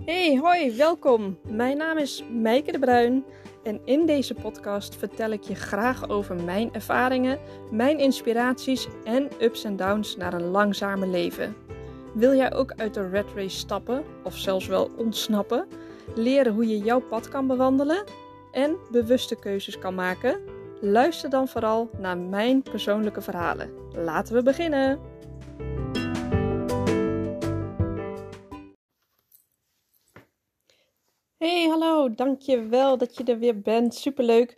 Hey, hoi, welkom. Mijn naam is Meike de Bruin en in deze podcast vertel ik je graag over mijn ervaringen, mijn inspiraties en ups en downs naar een langzamer leven. Wil jij ook uit de rat race stappen of zelfs wel ontsnappen, leren hoe je jouw pad kan bewandelen en bewuste keuzes kan maken? Luister dan vooral naar mijn persoonlijke verhalen. Laten we beginnen! Hey, hallo, dankjewel dat je er weer bent. Superleuk.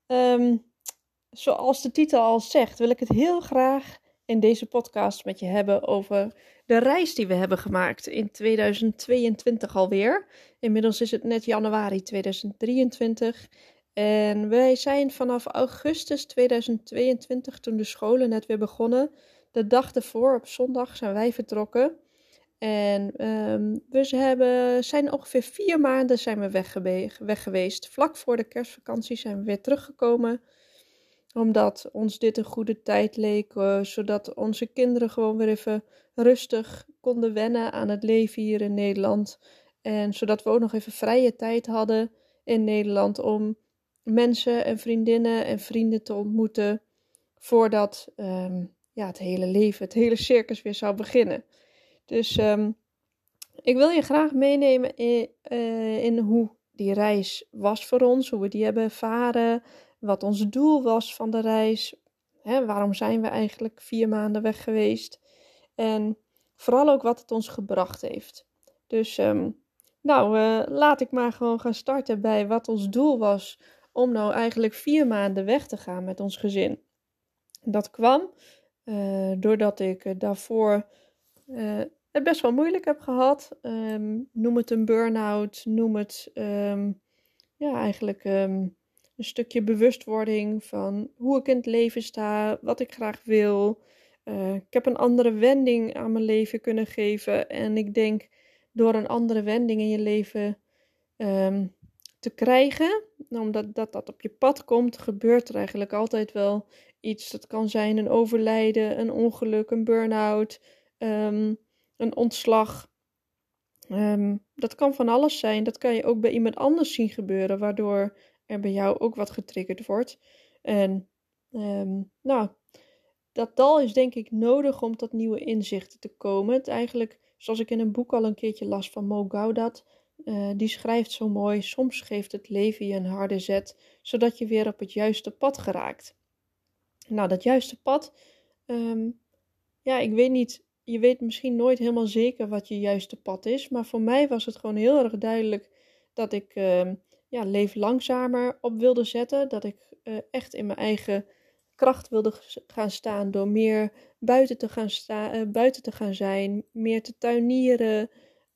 Zoals de titel al zegt, wil ik het heel graag in deze podcast met je hebben over de reis die we hebben gemaakt in 2022 alweer. Inmiddels is het net januari 2023 en wij zijn vanaf augustus 2022, toen de scholen net weer begonnen, de dag ervoor op zondag zijn wij vertrokken. En we zijn ongeveer 4 maanden zijn we weg geweest. Vlak voor de kerstvakantie zijn we weer teruggekomen. Omdat ons dit een goede tijd leek. Zodat onze kinderen gewoon weer even rustig konden wennen aan het leven hier in Nederland. En zodat we ook nog even vrije tijd hadden in Nederland om mensen en vriendinnen en vrienden te ontmoeten. Voordat het hele leven, het hele circus weer zou beginnen. Dus ik wil je graag meenemen in hoe die reis was voor ons, hoe we die hebben ervaren, wat ons doel was van de reis, waarom zijn we eigenlijk 4 maanden weg geweest en vooral ook wat het ons gebracht heeft. Dus laat ik maar gewoon gaan starten bij wat ons doel was om nou eigenlijk 4 maanden weg te gaan met ons gezin. Dat kwam doordat ik daarvoor het best wel moeilijk heb gehad. Noem het een burn-out, noem het een stukje bewustwording van hoe ik in het leven sta, wat ik graag wil. Ik heb een andere wending aan mijn leven kunnen geven en ik denk door een andere wending in je leven te krijgen, omdat dat op je pad komt, gebeurt er eigenlijk altijd wel iets. Dat kan zijn een overlijden, een ongeluk, een burn-out, een ontslag. Dat kan van alles zijn. Dat kan je ook bij iemand anders zien gebeuren, waardoor er bij jou ook wat getriggerd wordt. En dat dal is denk ik nodig om tot nieuwe inzichten te komen. Het eigenlijk, zoals ik in een boek al een keertje las van Mo Gaudat, die schrijft zo mooi: soms geeft het leven je een harde zet, zodat je weer op het juiste pad geraakt. Nou, dat juiste pad, ik weet niet. Je weet misschien nooit helemaal zeker wat je juiste pad is. Maar voor mij was het gewoon heel erg duidelijk dat ik leven langzamer op wilde zetten. Dat ik echt in mijn eigen kracht wilde gaan staan door meer buiten te gaan zijn. Meer te tuinieren.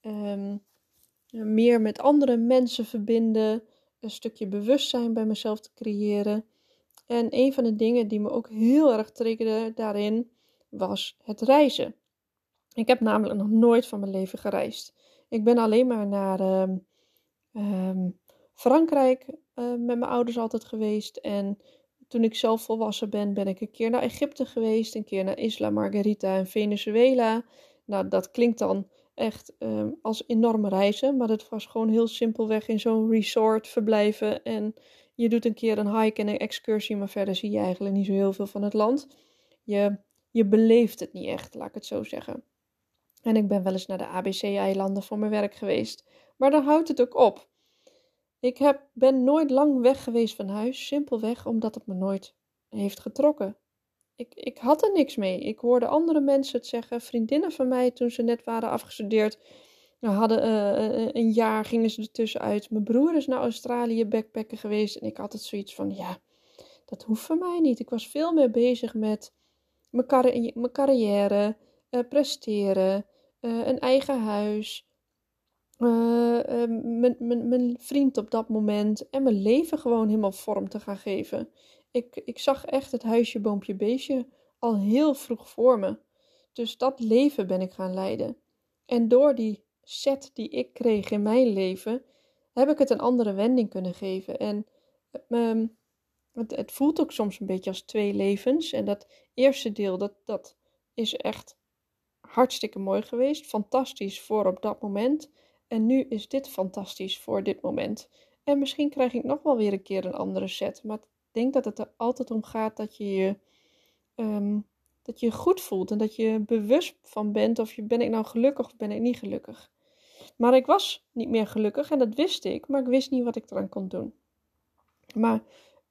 Meer met andere mensen verbinden. Een stukje bewustzijn bij mezelf te creëren. En een van de dingen die me ook heel erg triggerde daarin was het reizen. Ik heb namelijk nog nooit van mijn leven gereisd. Ik ben alleen maar naar Frankrijk met mijn ouders altijd geweest. En toen ik zelf volwassen ben ik een keer naar Egypte geweest. Een keer naar Isla Margarita in Venezuela. Nou, dat klinkt dan echt als enorme reizen. Maar dat was gewoon heel simpelweg in zo'n resort verblijven. En je doet een keer een hike en een excursie. Maar verder zie je eigenlijk niet zo heel veel van het land. Je beleeft het niet echt, laat ik het zo zeggen. En ik ben wel eens naar de ABC-eilanden voor mijn werk geweest. Maar dan houdt het ook op. Ik ben nooit lang weg geweest van huis. Simpelweg omdat het me nooit heeft getrokken. Ik had er niks mee. Ik hoorde andere mensen het zeggen. Vriendinnen van mij toen ze net waren afgestudeerd. Hadden een jaar, gingen ze ertussenuit. Mijn broer is naar Australië backpacken geweest. En ik had het zoiets van, dat hoeft voor mij niet. Ik was veel meer bezig met mijn carrière, presteren, een eigen huis, mijn vriend op dat moment en mijn leven gewoon helemaal vorm te gaan geven. Ik zag echt het huisje, boompje, beestje al heel vroeg voor me. Dus dat leven ben ik gaan leiden. En door die set die ik kreeg in mijn leven, heb ik het een andere wending kunnen geven. En het voelt ook soms een beetje als 2 levens. En dat eerste deel, dat is echt hartstikke mooi geweest. Fantastisch voor op dat moment. En nu is dit fantastisch voor dit moment. En misschien krijg ik nog wel weer een keer een andere set. Maar ik denk dat het er altijd om gaat dat je je goed voelt. En dat je bewust van bent of ben ik nou gelukkig of ben ik niet gelukkig. Maar ik was niet meer gelukkig en dat wist ik. Maar ik wist niet wat ik eraan kon doen. Maar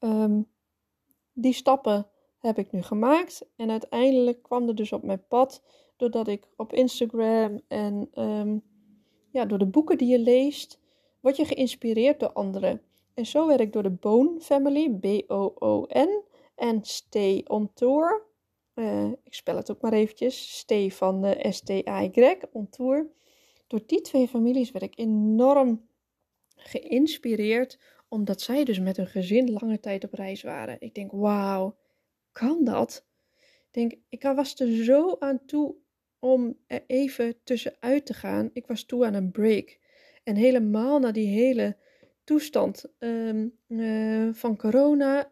die stappen heb ik nu gemaakt. En uiteindelijk kwam er dus op mijn pad. Doordat ik op Instagram en door de boeken die je leest, word je geïnspireerd door anderen. En zo werd ik door de Boon Family, B-O-O-N, en Stay on Tour. Ik spel het ook maar eventjes. Stay van S-T-A-Y, on Tour. Door die 2 families werd ik enorm geïnspireerd, omdat zij dus met hun gezin lange tijd op reis waren. Ik denk, wauw, kan dat? Ik was er zo aan toe om er even tussenuit te gaan. Ik was toe aan een break. En helemaal na die hele toestand van corona,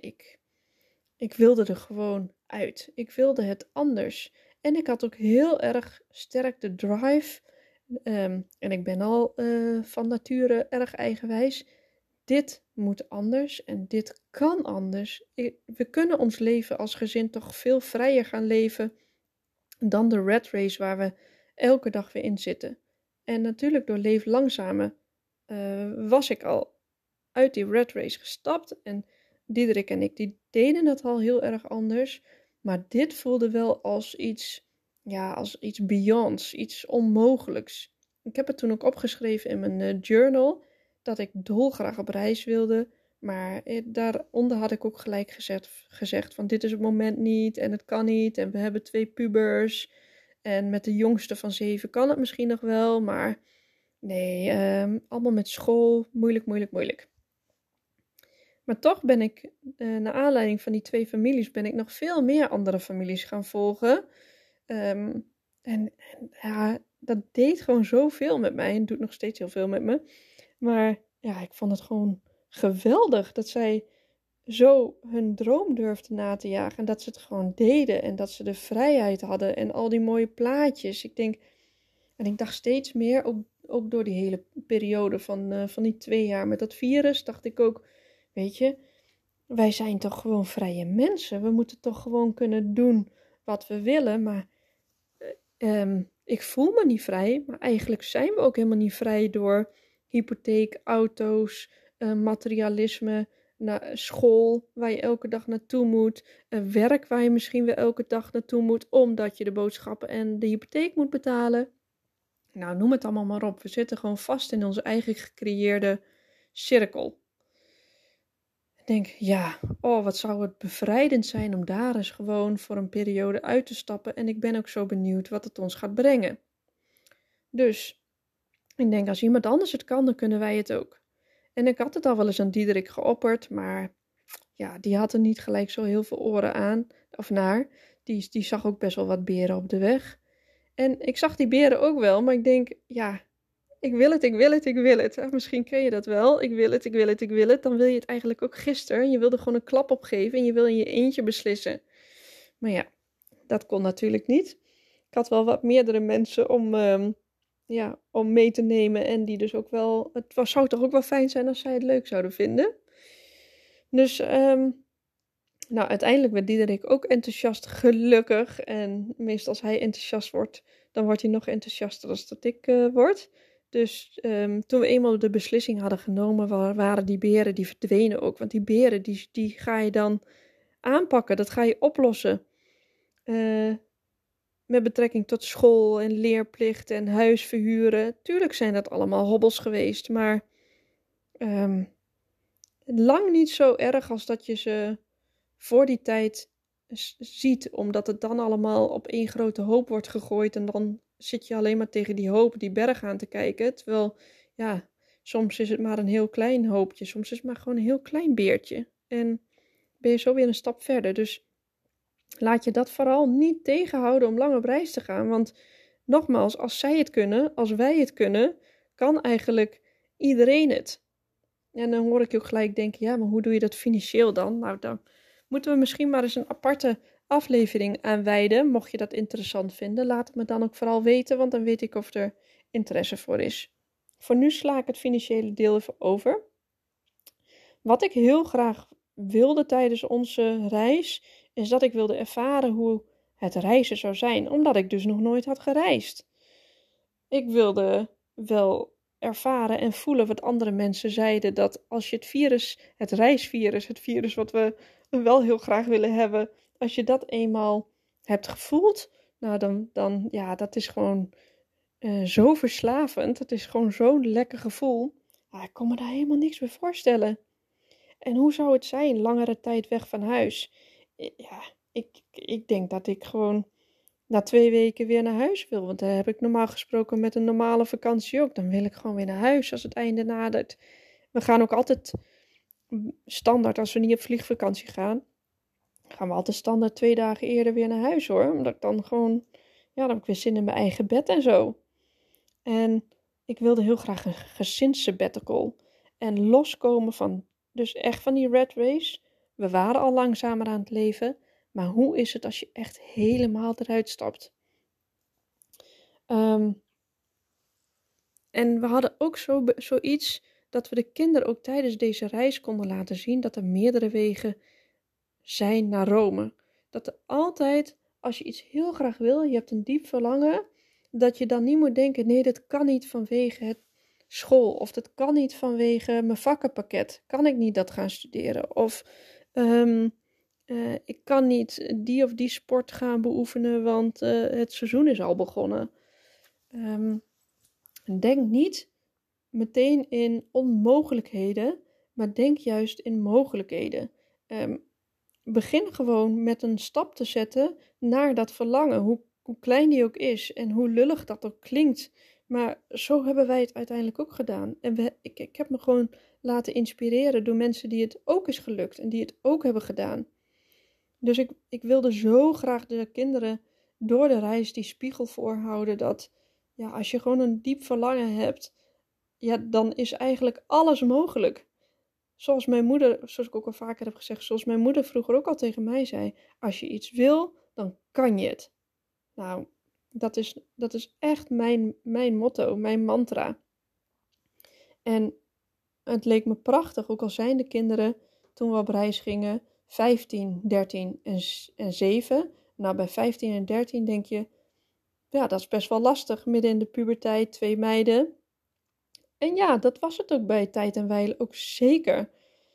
ik wilde er gewoon uit. Ik wilde het anders. En ik had ook heel erg sterk de drive. En ik ben al van nature erg eigenwijs. Dit moet anders en dit kan anders. We kunnen ons leven als gezin toch veel vrijer gaan leven dan de rat race waar we elke dag weer in zitten. En natuurlijk door Leef Langzamer was ik al uit die rat race gestapt. En Diederik en ik die deden het al heel erg anders. Maar dit voelde wel als iets beyonds, iets onmogelijks. Ik heb het toen ook opgeschreven in mijn journal dat ik dolgraag op reis wilde. Maar daaronder had ik ook gelijk gezegd van dit is het moment niet en het kan niet. En we hebben 2 pubers. En met de jongste van 7 kan het misschien nog wel. Maar nee, allemaal met school. Moeilijk. Maar toch ben ik, naar aanleiding van die 2 families, ben ik nog veel meer andere families gaan volgen. En dat deed gewoon zoveel met mij. En doet nog steeds heel veel met me. Maar ja, ik vond het gewoon geweldig dat zij zo hun droom durfden na te jagen. En dat ze het gewoon deden. En dat ze de vrijheid hadden. En al die mooie plaatjes. Ik dacht steeds meer, ook door die hele periode van die 2 jaar met dat virus, dacht ik ook, weet je, wij zijn toch gewoon vrije mensen. We moeten toch gewoon kunnen doen wat we willen. Maar ik voel me niet vrij. Maar eigenlijk zijn we ook helemaal niet vrij door hypotheek, auto's, materialisme, school waar je elke dag naartoe moet, werk waar je misschien weer elke dag naartoe moet, omdat je de boodschappen en de hypotheek moet betalen. Nou, noem het allemaal maar op. We zitten gewoon vast in onze eigen gecreëerde cirkel. Ik denk, wat zou het bevrijdend zijn om daar eens gewoon voor een periode uit te stappen. En ik ben ook zo benieuwd wat het ons gaat brengen. Dus ik denk, als iemand anders het kan, dan kunnen wij het ook. En ik had het al wel eens aan Diederik geopperd, maar ja, die had er niet gelijk zo heel veel oren aan of naar. Die zag ook best wel wat beren op de weg. En ik zag die beren ook wel, maar ik denk, ik wil het. Misschien ken je dat wel. Ik wil het. Dan wil je het eigenlijk ook gisteren. Je wilde gewoon een klap opgeven en je wil in je eentje beslissen. Maar ja, dat kon natuurlijk niet. Ik had wel wat meerdere mensen om mee te nemen. En die dus ook wel, zou toch ook wel fijn zijn als zij het leuk zouden vinden. Dus, uiteindelijk werd Diederik ook enthousiast, gelukkig. En meestal als hij enthousiast wordt, dan wordt hij nog enthousiaster als dat ik word. Dus toen we eenmaal de beslissing hadden genomen, waren die beren, die verdwenen ook. Want die beren, die ga je dan aanpakken, dat ga je oplossen. Met betrekking tot school en leerplicht en huis verhuren. Tuurlijk zijn dat allemaal hobbels geweest, maar lang niet zo erg als dat je ze voor die tijd ziet. Omdat het dan allemaal op één grote hoop wordt gegooid en dan zit je alleen maar tegen die hoop, die berg aan te kijken. Terwijl, soms is het maar een heel klein hoopje. Soms is het maar gewoon een heel klein beertje. En ben je zo weer een stap verder. Dus laat je dat vooral niet tegenhouden om lang op reis te gaan. Want nogmaals, als zij het kunnen, als wij het kunnen, kan eigenlijk iedereen het. En dan hoor ik je ook gelijk denken, maar hoe doe je dat financieel dan? Nou, dan moeten we misschien maar eens een aparte aflevering aan wijden. Mocht je dat interessant vinden, laat het me dan ook vooral weten, want dan weet ik of er interesse voor is. voor nu sla ik het financiële deel even over. Wat ik heel graag wilde tijdens onze reis, is dat ik wilde ervaren hoe het reizen zou zijn, omdat ik dus nog nooit had gereisd. Ik wilde wel ervaren en voelen wat andere mensen zeiden, dat als je het virus, het reisvirus, het virus wat we wel heel graag willen hebben, als je dat eenmaal hebt gevoeld, nou dan ja, dat is gewoon zo verslavend. Het is gewoon zo'n lekker gevoel. Ik kon me daar helemaal niks bij voorstellen. En hoe zou het zijn, langere tijd weg van huis? Ja, ik denk dat ik gewoon na 2 weken weer naar huis wil. Want daar heb ik normaal gesproken met een normale vakantie ook. Dan wil ik gewoon weer naar huis als het einde nadert. We gaan ook altijd standaard, als we niet op vliegvakantie gaan, gaan we altijd standaard 2 dagen eerder weer naar huis hoor. Omdat ik dan gewoon, ja, dan heb ik weer zin in mijn eigen bed en zo. En ik wilde heel graag een gezinssabbatical. En loskomen van, dus echt van die rat race. We waren al langzamer aan het leven. Maar hoe is het als je echt helemaal eruit stapt? En we hadden ook zoiets dat we de kinderen ook tijdens deze reis konden laten zien dat er meerdere wegen zijn naar Rome. Dat er altijd, als je iets heel graag wil, je hebt een diep verlangen, dat je dan niet moet denken, nee, dat kan niet vanwege het school. Of dat kan niet vanwege mijn vakkenpakket. Kan ik niet dat gaan studeren? Of ik kan niet die of die sport gaan beoefenen, want het seizoen is al begonnen. Denk niet meteen in onmogelijkheden, maar denk juist in mogelijkheden. Begin gewoon met een stap te zetten naar dat verlangen, hoe klein die ook is en hoe lullig dat ook klinkt. Maar zo hebben wij het uiteindelijk ook gedaan. En ik heb me gewoon laten inspireren door mensen die het ook is gelukt en die het ook hebben gedaan. Dus ik wilde zo graag de kinderen door de reis die spiegel voorhouden dat ja, als je gewoon een diep verlangen hebt, ja, dan is eigenlijk alles mogelijk. Zoals mijn moeder, zoals ik ook al vaker heb gezegd, zoals mijn moeder vroeger ook al tegen mij zei, als je iets wil, dan kan je het. Nou, dat is echt mijn motto, mijn mantra. En het leek me prachtig, ook al zijn de kinderen, toen we op reis gingen, 15, 13 en 7. Nou, bij 15 en 13 denk je, ja, dat is best wel lastig, midden in de puberteit, 2 meiden. En ja, dat was het ook bij Tijd en Wijlen ook zeker.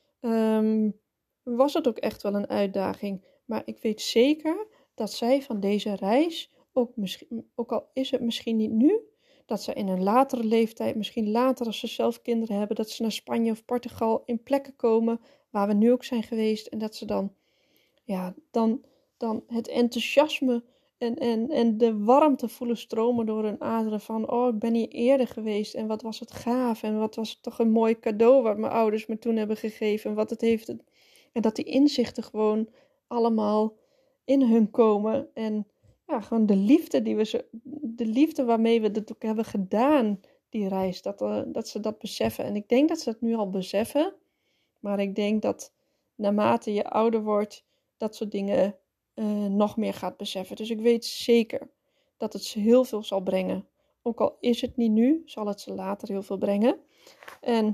Was het ook echt wel een uitdaging. Maar ik weet zeker dat zij van deze reis, ook al is het misschien niet nu, dat ze in een latere leeftijd, misschien later als ze zelf kinderen hebben, dat ze naar Spanje of Portugal in plekken komen waar we nu ook zijn geweest. En dat ze dan, ja, dan het enthousiasme en de warmte voelen stromen door hun aderen van, oh, ik ben hier eerder geweest en wat was het gaaf en wat was het toch een mooi cadeau wat mijn ouders me toen hebben gegeven en wat het heeft. En dat die inzichten gewoon allemaal in hun komen en ja, gewoon de liefde waarmee we dit ook hebben gedaan, die reis, dat ze dat beseffen. En ik denk dat ze dat nu al beseffen, maar ik denk dat naarmate je ouder wordt, dat soort dingen nog meer gaat beseffen. Dus ik weet zeker dat het ze heel veel zal brengen. Ook al is het niet nu, zal het ze later heel veel brengen. En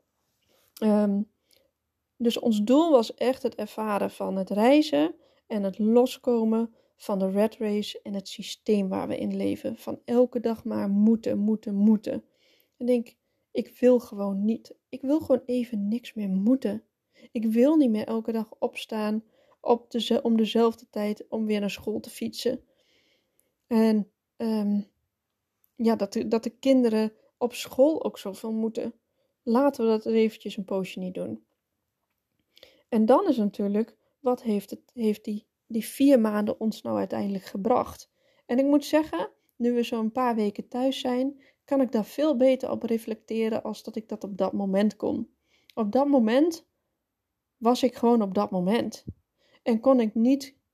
dus ons doel was echt het ervaren van het reizen en het loskomen van de rat race en het systeem waar we in leven. Van elke dag maar moeten. En ik wil gewoon niet. Ik wil gewoon even niks meer moeten. Ik wil niet meer elke dag opstaan om dezelfde tijd om weer naar school te fietsen. En ja, dat de kinderen op school ook zoveel moeten. Laten we dat eventjes een poosje niet doen. En dan is natuurlijk, wat heeft die 4 maanden ons nou uiteindelijk gebracht? En ik moet zeggen, nu we zo'n paar weken thuis zijn, kan ik daar veel beter op reflecteren als dat ik dat op dat moment kon. Op dat moment was ik gewoon op dat moment. En kon ik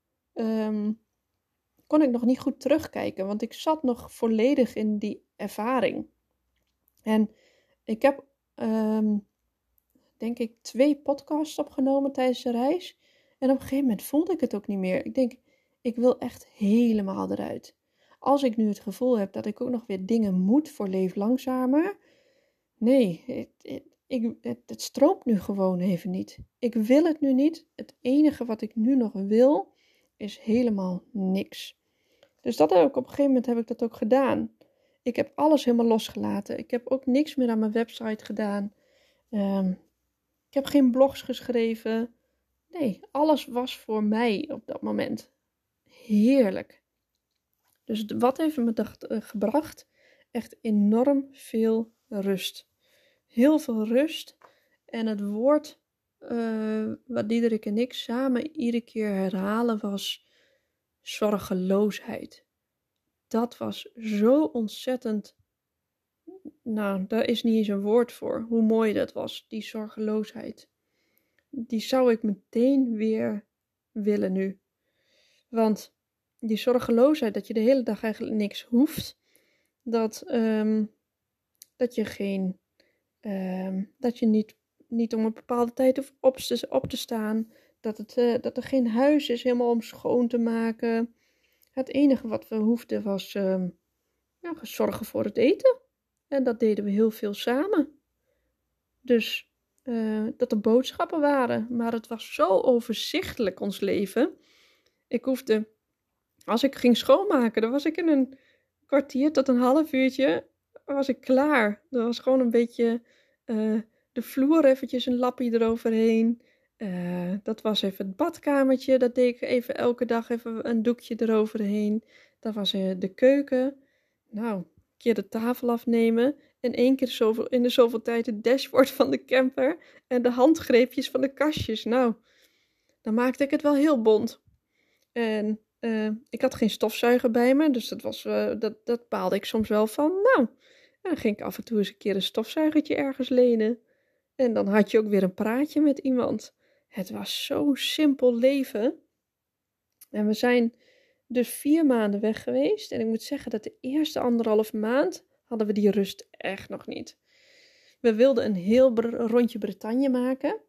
nog niet goed terugkijken, want ik zat nog volledig in die ervaring. En ik heb, denk ik, 2 podcasts opgenomen tijdens de reis. En op een gegeven moment voelde ik het ook niet meer. Ik denk, ik wil echt helemaal eruit. Als ik nu het gevoel heb dat ik ook nog weer dingen moet voor Leef Langzamer, nee, het stroomt nu gewoon even niet. Ik wil het nu niet. Het enige wat ik nu nog wil, is helemaal niks. Dus dat heb ik op een gegeven moment heb ik dat ook gedaan. Ik heb alles helemaal losgelaten. Ik heb ook niks meer aan mijn website gedaan. Ik heb geen blogs geschreven. Nee, alles was voor mij op dat moment. Heerlijk. Dus wat heeft me gebracht? Echt enorm veel rust. Heel veel rust. En het woord wat Diederik en ik samen iedere keer herhalen was zorgeloosheid. Dat was zo ontzettend. Nou, daar is niet eens een woord voor. Hoe mooi dat was, die zorgeloosheid. Die zou ik meteen weer willen nu. Want die zorgeloosheid, dat je de hele dag eigenlijk niks hoeft. Dat je niet om een bepaalde tijd hoeft op te staan. Dat er geen huis is helemaal om schoon te maken. Het enige wat we hoefden was zorgen voor het eten. En dat deden we heel veel samen. Dus dat er boodschappen waren. Maar het was zo overzichtelijk, ons leven. Ik hoefde, als ik ging schoonmaken, dan was ik in een kwartier tot een half uurtje was ik klaar. Er was gewoon een beetje de vloer eventjes een lappie eroverheen. Dat was even het badkamertje. Dat deed ik even elke dag even een doekje eroverheen. Dat was de keuken. Nou, een keer de tafel afnemen. En 1 keer in de zoveel tijd het dashboard van de camper. En de handgreepjes van de kastjes. Nou, dan maakte ik het wel heel bont. En ik had geen stofzuiger bij me. Dus dat baalde ik soms wel van. Nou, dan ging ik af en toe eens een keer een stofzuigertje ergens lenen. En dan had je ook weer een praatje met iemand. Het was zo'n simpel leven. En we zijn dus 4 maanden weg geweest. En ik moet zeggen dat de eerste 1,5 maand hadden we die rust echt nog niet. We wilden een heel rondje Bretagne maken.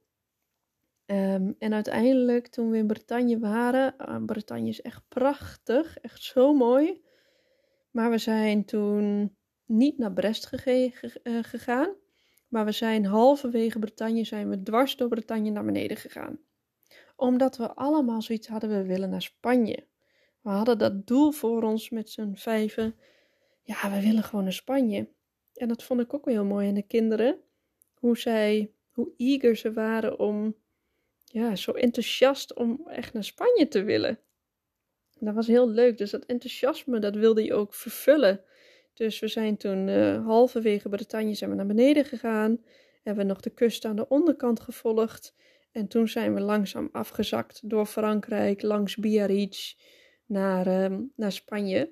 En uiteindelijk, toen we in Bretagne waren... Bretagne is echt prachtig, echt zo mooi. Maar we zijn toen niet naar Brest gegaan. Maar we zijn halverwege Bretagne, zijn we dwars door Bretagne naar beneden gegaan. Omdat we allemaal zoiets hadden, we willen naar Spanje. We hadden dat doel voor ons met z'n 5. Ja, we willen gewoon naar Spanje. En dat vond ik ook wel heel mooi aan de kinderen. Hoe eager ze waren om, ja, zo enthousiast om echt naar Spanje te willen. Dat was heel leuk. Dus dat enthousiasme, dat wilde je ook vervullen. Dus we zijn toen halverwege Bretagne zijn we naar beneden gegaan. Hebben we nog de kust aan de onderkant gevolgd. En toen zijn we langzaam afgezakt door Frankrijk, langs Biarritz, naar Spanje.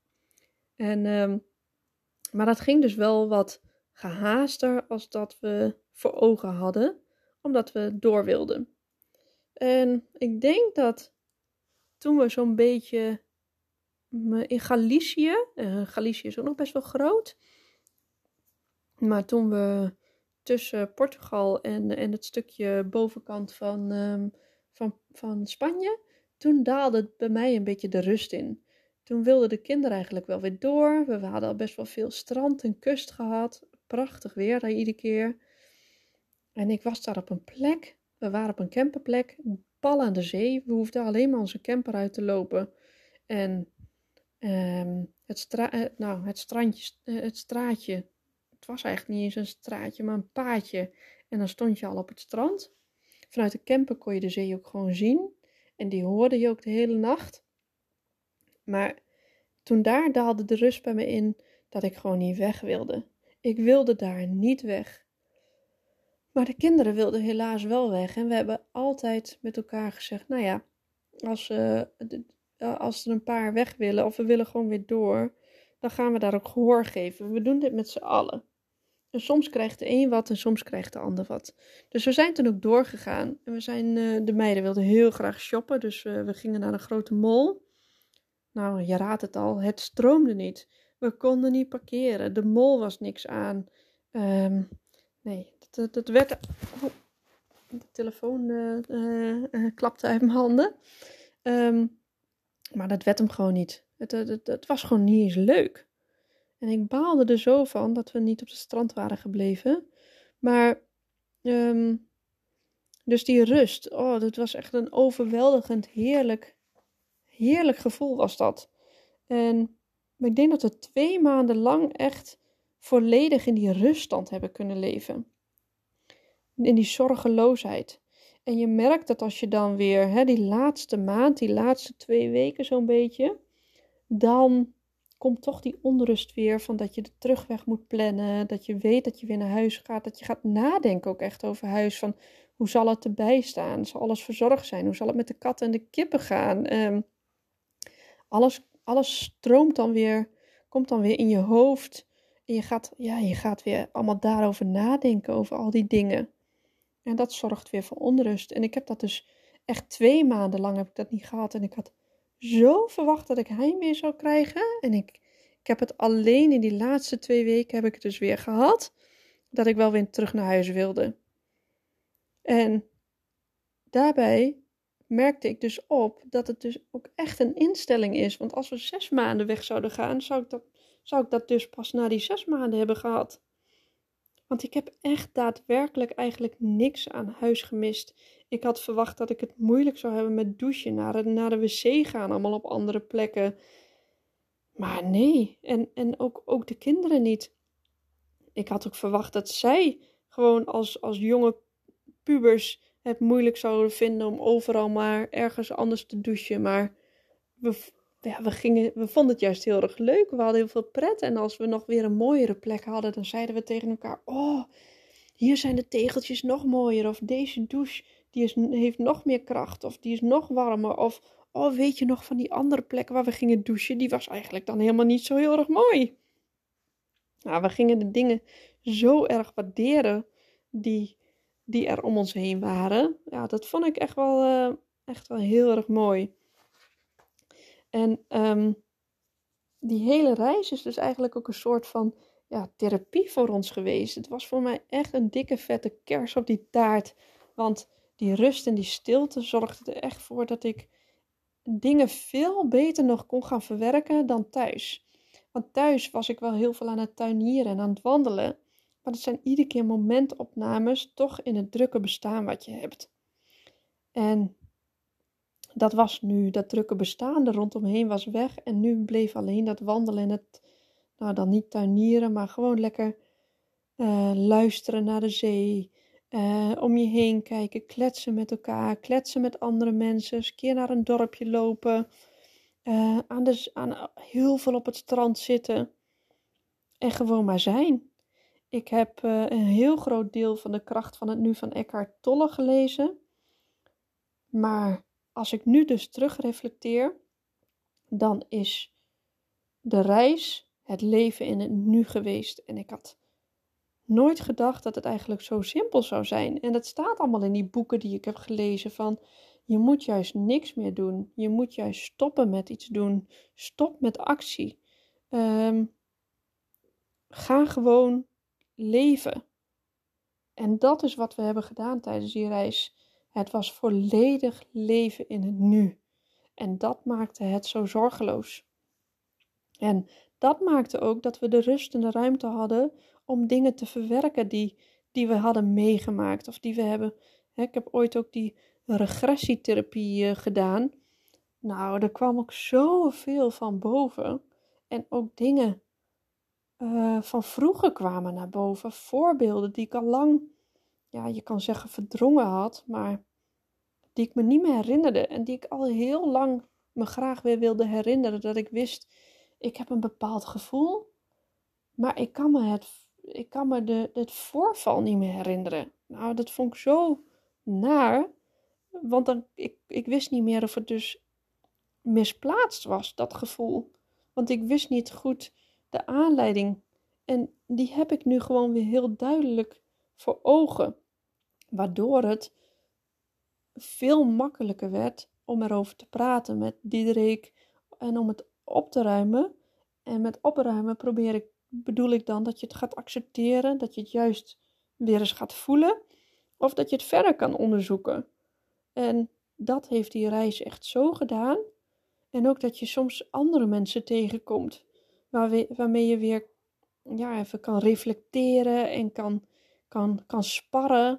Maar dat ging dus wel wat gehaaster als dat we voor ogen hadden. Omdat we door wilden. En ik denk dat toen we zo'n beetje in Galicië, Galicië is ook nog best wel groot. Maar toen we tussen Portugal en het stukje bovenkant van Spanje, toen daalde het bij mij een beetje de rust in. Toen wilden de kinderen eigenlijk wel weer door. We hadden al best wel veel strand en kust gehad. Prachtig weer daar iedere keer. En ik was daar op een plek. We waren op een camperplek, pal aan de zee. We hoefden alleen maar onze camper uit te lopen. En het straatje. Het was eigenlijk niet eens een straatje, maar een paadje. En dan stond je al op het strand. Vanuit de camper kon je de zee ook gewoon zien. En die hoorde je ook de hele nacht. Maar toen daar daalde de rust bij me in dat ik gewoon niet weg wilde. Ik wilde daar niet weg. Maar de kinderen wilden helaas wel weg. En we hebben altijd met elkaar gezegd, nou ja, als er een paar weg willen of we willen gewoon weer door, dan gaan we daar ook gehoor geven. We doen dit met z'n allen. En soms krijgt de een wat en soms krijgt de ander wat. Dus we zijn toen ook doorgegaan. En de meiden wilden heel graag shoppen, dus we gingen naar een grote mall. Nou, je raadt het al, het stroomde niet. We konden niet parkeren. De mall was niks aan. Nee, dat werd... Oh, de telefoon klapte uit mijn handen. Maar dat werd hem gewoon niet. Het was gewoon niet eens leuk. En ik baalde er zo van dat we niet op het strand waren gebleven. Maar, dus die rust, dat was echt een overweldigend heerlijk gevoel was dat. Maar ik denk dat we 2 maanden lang echt volledig in die ruststand hebben kunnen leven. In die zorgeloosheid. En je merkt dat als je dan weer, die laatste maand, die laatste 2 weken zo'n beetje, dan komt toch die onrust weer van dat je de terugweg moet plannen, dat je weet dat je weer naar huis gaat, dat je gaat nadenken ook echt over huis, van hoe zal het erbij staan, zal alles verzorgd zijn, hoe zal het met de katten en de kippen gaan, alles stroomt dan weer, komt dan weer in je hoofd en je gaat weer allemaal daarover nadenken, over al die dingen. En dat zorgt weer voor onrust. En ik heb dat dus echt 2 maanden lang heb ik dat niet gehad. En ik had zo verwacht dat ik heimwee zou krijgen. En ik heb het alleen in die laatste 2 weken heb ik het dus weer gehad. Dat ik wel weer terug naar huis wilde. En daarbij merkte ik dus op dat het dus ook echt een instelling is. Want als we 6 maanden weg zouden gaan, zou ik dat dus pas na die 6 maanden hebben gehad. Want ik heb echt daadwerkelijk eigenlijk niks aan huis gemist. Ik had verwacht dat ik het moeilijk zou hebben met douchen, naar de wc gaan, allemaal op andere plekken. Maar nee, en ook de kinderen niet. Ik had ook verwacht dat zij gewoon als jonge pubers het moeilijk zouden vinden om overal maar ergens anders te douchen. Maar we vonden het juist heel erg leuk. We hadden heel veel pret. En als we nog weer een mooiere plek hadden, dan zeiden we tegen elkaar: oh, hier zijn de tegeltjes nog mooier. Of deze douche, heeft nog meer kracht. Of die is nog warmer. Of, oh, weet je nog van die andere plek waar we gingen douchen? Die was eigenlijk dan helemaal niet zo heel erg mooi. Nou, we gingen de dingen zo erg waarderen die er om ons heen waren. Ja, dat vond ik echt wel heel erg mooi. En die hele reis is dus eigenlijk ook een soort van therapie voor ons geweest. Het was voor mij echt een dikke vette kers op die taart. Want die rust en die stilte zorgde er echt voor dat ik dingen veel beter nog kon gaan verwerken dan thuis. Want thuis was ik wel heel veel aan het tuinieren en aan het wandelen. Maar het zijn iedere keer momentopnames toch in het drukke bestaan wat je hebt. En dat was nu, dat drukke bestaan er rondomheen was weg. En nu bleef alleen dat wandelen en het, dan niet tuinieren, maar gewoon lekker luisteren naar de zee. Om je heen kijken, kletsen met elkaar, kletsen met andere mensen. Eens een keer naar een dorpje lopen. Heel veel op het strand zitten. En gewoon maar zijn. Ik heb een heel groot deel van de kracht van het nu van Eckhart Tolle gelezen. Maar als ik nu dus terugreflecteer, dan is de reis het leven in het nu geweest. En ik had nooit gedacht dat het eigenlijk zo simpel zou zijn. En dat staat allemaal in die boeken die ik heb gelezen van: je moet juist niks meer doen. Je moet juist stoppen met iets doen. Stop met actie. Ga gewoon leven. En dat is wat we hebben gedaan tijdens die reis. Het was volledig leven in het nu. En dat maakte het zo zorgeloos. En dat maakte ook dat we de rust en de ruimte hadden om dingen te verwerken die we hadden meegemaakt. Of die we hebben. Ik heb ooit ook die regressietherapie gedaan. Nou, er kwam ook zoveel van boven. En ook dingen van vroeger kwamen naar boven. Voorbeelden die ik al lang, je kan zeggen verdrongen had, maar die ik me niet meer herinnerde. En die ik al heel lang me graag weer wilde herinneren. Dat ik wist, ik heb een bepaald gevoel, maar ik kan me het voorval niet meer herinneren. Nou, dat vond ik zo naar. Want ik wist niet meer of het dus misplaatst was, dat gevoel. Want ik wist niet goed de aanleiding. En die heb ik nu gewoon weer heel duidelijk voor ogen. Waardoor het veel makkelijker werd om erover te praten met Diederik. En om het op te ruimen. En met opruimen bedoel ik dan dat je het gaat accepteren. Dat je het juist weer eens gaat voelen. Of dat je het verder kan onderzoeken. En dat heeft die reis echt zo gedaan. En ook dat je soms andere mensen tegenkomt. Waarmee je weer even kan reflecteren en kan sparren.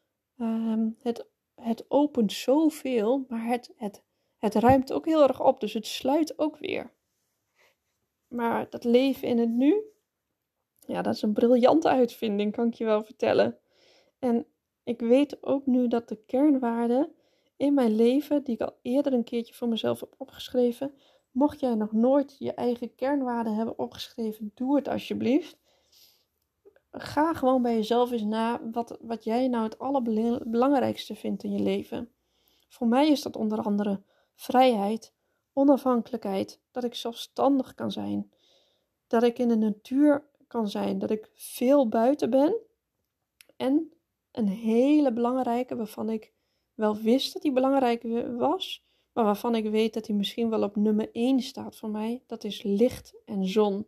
Het opent zoveel, maar het ruimt ook heel erg op. Dus het sluit ook weer. Maar dat leven in het nu, ja, dat is een briljante uitvinding, kan ik je wel vertellen. En ik weet ook nu dat de kernwaarden in mijn leven, die ik al eerder een keertje voor mezelf heb opgeschreven, mocht jij nog nooit je eigen kernwaarden hebben opgeschreven, doe het alsjeblieft. Ga gewoon bij jezelf eens na wat jij nou het allerbelangrijkste vindt in je leven. Voor mij is dat onder andere vrijheid, onafhankelijkheid, dat ik zelfstandig kan zijn, dat ik in de natuur kan zijn, dat ik veel buiten ben. En een hele belangrijke, waarvan ik wel wist dat die belangrijk was, maar waarvan ik weet dat die misschien wel op nummer 1 staat voor mij, dat is licht en zon.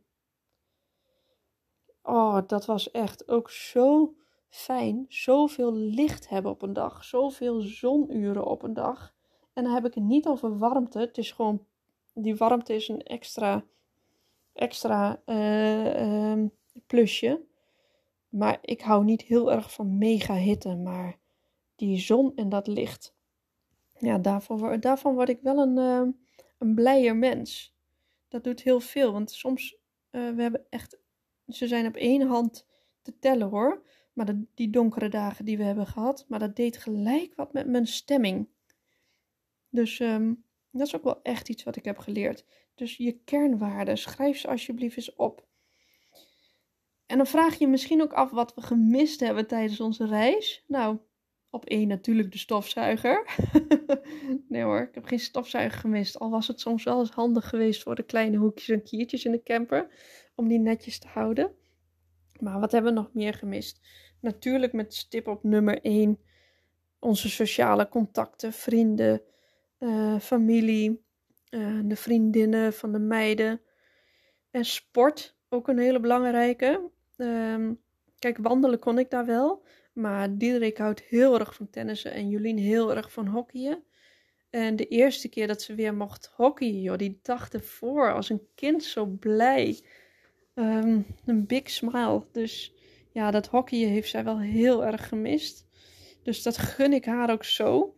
Oh, dat was echt ook zo fijn, zoveel licht hebben op een dag, zoveel zonuren op een dag. En dan heb ik het niet over warmte, het is gewoon, die warmte is een extra plusje. Maar ik hou niet heel erg van mega hitte, maar die zon en dat licht. Ja, daarvan word ik wel een blijer mens. Dat doet heel veel, want soms, we hebben echt, ze zijn op één hand te tellen hoor. Maar die donkere dagen die we hebben gehad, maar dat deed gelijk wat met mijn stemming. Dus dat is ook wel echt iets wat ik heb geleerd. Dus je kernwaarden, schrijf ze alsjeblieft eens op. En dan vraag je je misschien ook af wat we gemist hebben tijdens onze reis. Nou, op 1 natuurlijk de stofzuiger. Nee hoor, ik heb geen stofzuiger gemist. Al was het soms wel eens handig geweest voor de kleine hoekjes en kiertjes in de camper. Om die netjes te houden. Maar wat hebben we nog meer gemist? Natuurlijk met stip op nummer 1. Onze sociale contacten, vrienden, familie, de vriendinnen van de meiden. En sport, ook een hele belangrijke. Kijk, wandelen kon ik daar wel. Maar Diederik houdt heel erg van tennissen en Jolien heel erg van hockeyen. En de eerste keer dat ze weer mocht hockeyen, joh, die dag ervoor als een kind zo blij. Een big smile. Dus ja, dat hockeyen heeft zij wel heel erg gemist. Dus dat gun ik haar ook zo.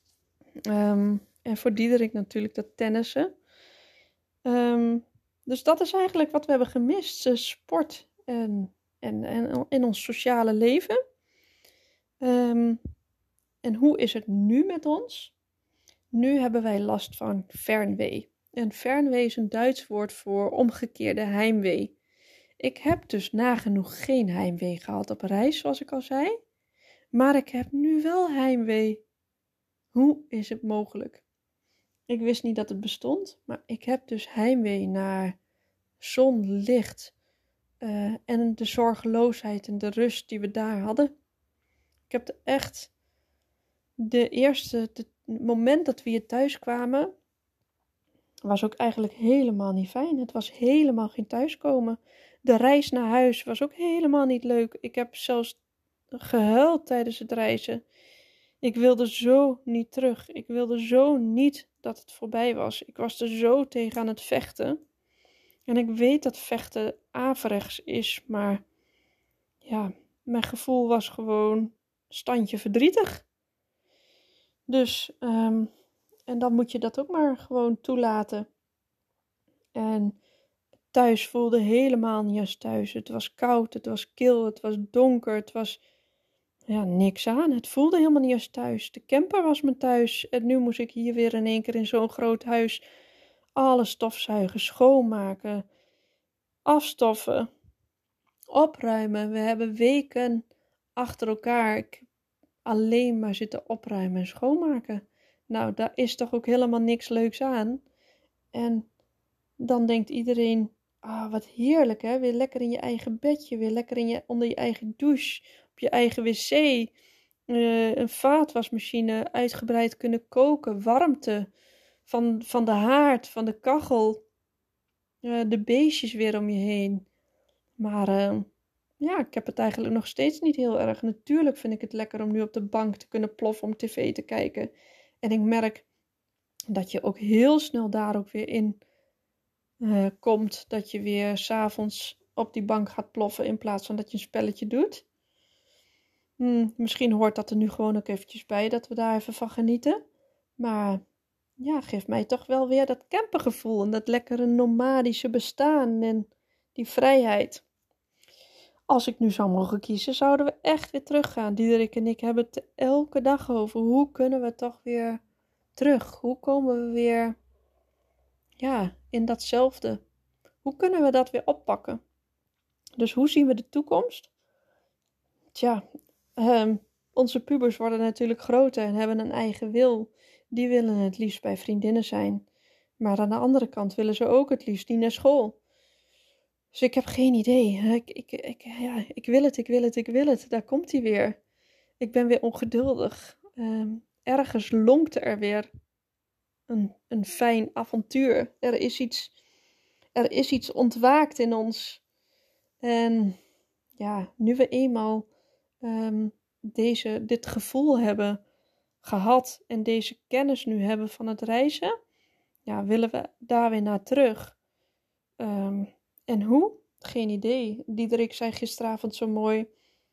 En voor Diederik natuurlijk dat tennissen. Dus dat is eigenlijk wat we hebben gemist. Sport en in ons sociale leven. En hoe is het nu met ons? Nu hebben wij last van fernweh. En fernweh is een Duits woord voor omgekeerde heimwee. Ik heb dus nagenoeg geen heimwee gehad op reis, zoals ik al zei. Maar ik heb nu wel heimwee. Hoe is het mogelijk? Ik wist niet dat het bestond, maar ik heb dus heimwee naar zon, licht en de zorgeloosheid en de rust die we daar hadden. Ik heb echt het moment dat we hier thuis kwamen, was ook eigenlijk helemaal niet fijn. Het was helemaal geen thuiskomen. De reis naar huis was ook helemaal niet leuk. Ik heb zelfs gehuild tijdens het reizen. Ik wilde zo niet terug. Ik wilde zo niet dat het voorbij was. Ik was er zo tegen aan het vechten. En ik weet dat vechten averechts is, maar ja, mijn gevoel was gewoon standje verdrietig. Dus, en dan moet je dat ook maar gewoon toelaten. En thuis voelde helemaal niet als thuis. Het was koud, het was kil, het was donker, het was niks aan. Het voelde helemaal niet als thuis. De camper was mijn thuis en nu moest ik hier weer in één keer in zo'n groot huis alles stofzuigen, schoonmaken, afstoffen, opruimen. We hebben weken achter elkaar alleen maar zitten opruimen en schoonmaken. Nou, daar is toch ook helemaal niks leuks aan. En dan denkt iedereen, wat heerlijk hè, weer lekker in je eigen bedje, weer lekker onder je eigen douche, op je eigen wc, een vaatwasmachine, uitgebreid kunnen koken, warmte van de haard, van de kachel, de beestjes weer om je heen. Maar ik heb het eigenlijk nog steeds niet heel erg. Natuurlijk vind ik het lekker om nu op de bank te kunnen ploffen om tv te kijken. En ik merk dat je ook heel snel daar ook weer in komt. Dat je weer 's avonds op die bank gaat ploffen in plaats van dat je een spelletje doet. Misschien hoort dat er nu gewoon ook eventjes bij, dat we daar even van genieten. Maar ja, geeft mij toch wel weer dat campergevoel en dat lekkere nomadische bestaan en die vrijheid. Als ik nu zou mogen kiezen, zouden we echt weer teruggaan. Diederik en ik hebben het elke dag over. Hoe kunnen we toch weer terug? Hoe komen we weer in datzelfde? Hoe kunnen we dat weer oppakken? Dus hoe zien we de toekomst? Onze pubers worden natuurlijk groter en hebben een eigen wil. Die willen het liefst bij vriendinnen zijn. Maar aan de andere kant willen ze ook het liefst niet naar school. Dus ik heb geen idee. Ik wil het. Daar komt hij weer. Ik ben weer ongeduldig. Ergens lonkt er weer een fijn avontuur. Er is iets ontwaakt in ons. En nu we eenmaal dit gevoel hebben gehad en deze kennis nu hebben van het reizen, willen we daar weer naar terug. En hoe? Geen idee. Diederik zei gisteravond zo mooi,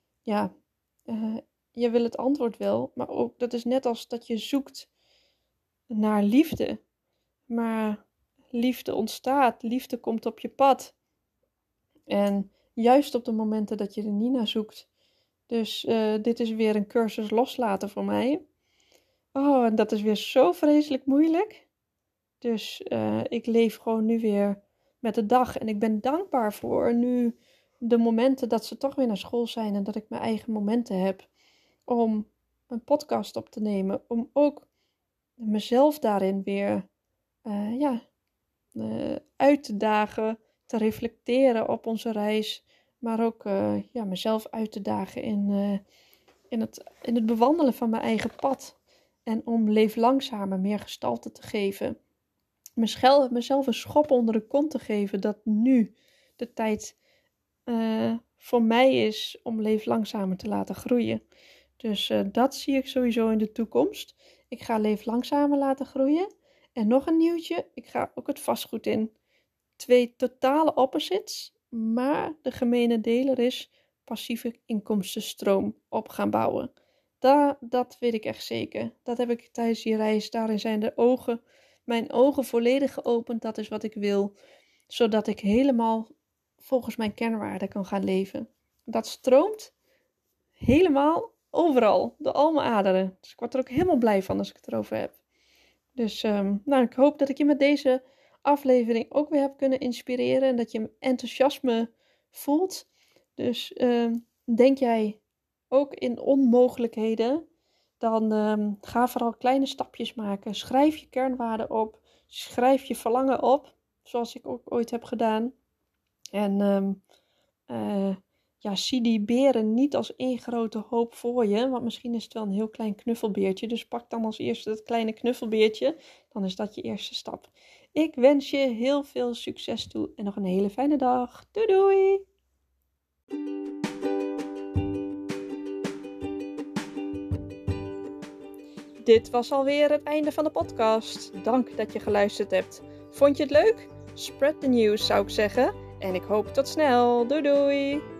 je wil het antwoord wel, maar ook dat is net als dat je zoekt naar liefde. Maar liefde ontstaat, liefde komt op je pad. En juist op de momenten dat je er niet naar zoekt. Dus dit is weer een cursus loslaten voor mij. Oh, en dat is weer zo vreselijk moeilijk. Dus ik leef gewoon nu weer met de dag. En ik ben dankbaar voor nu de momenten dat ze toch weer naar school zijn. En dat ik mijn eigen momenten heb om een podcast op te nemen. Om ook mezelf daarin weer uit te dagen. Te reflecteren op onze reis. Maar ook mezelf uit te dagen in het bewandelen van mijn eigen pad. En om leef langzamer meer gestalte te geven. Mezelf een schop onder de kont te geven. Dat nu de tijd voor mij is om leef langzamer te laten groeien. Dus dat zie ik sowieso in de toekomst. Ik ga leef langzamer laten groeien. En nog een nieuwtje. Ik ga ook het vastgoed in. 2 totale opposites. Maar de gemene deler is passieve inkomstenstroom op gaan bouwen. Dat weet ik echt zeker. Dat heb ik tijdens die reis. Daarin zijn mijn ogen volledig geopend. Dat is wat ik wil. Zodat ik helemaal volgens mijn kernwaarden kan gaan leven. Dat stroomt helemaal overal. Door al mijn aderen. Dus ik word er ook helemaal blij van als ik het erover heb. Dus ik hoop dat ik je met deze aflevering ook weer heb kunnen inspireren. En dat je enthousiasme voelt. Dus denk jij ook in onmogelijkheden, dan ga vooral kleine stapjes maken. Schrijf je kernwaarden op. Schrijf je verlangen op. Zoals ik ook ooit heb gedaan. En zie die beren niet als één grote hoop voor je. Want misschien is het wel een heel klein knuffelbeertje. Dus pak dan als eerste dat kleine knuffelbeertje. Dan is dat je eerste stap. Ik wens je heel veel succes toe. En nog een hele fijne dag. Doei doei! Dit was alweer het einde van de podcast. Dank dat je geluisterd hebt. Vond je het leuk? Spread the news zou ik zeggen. En ik hoop tot snel. Doei doei!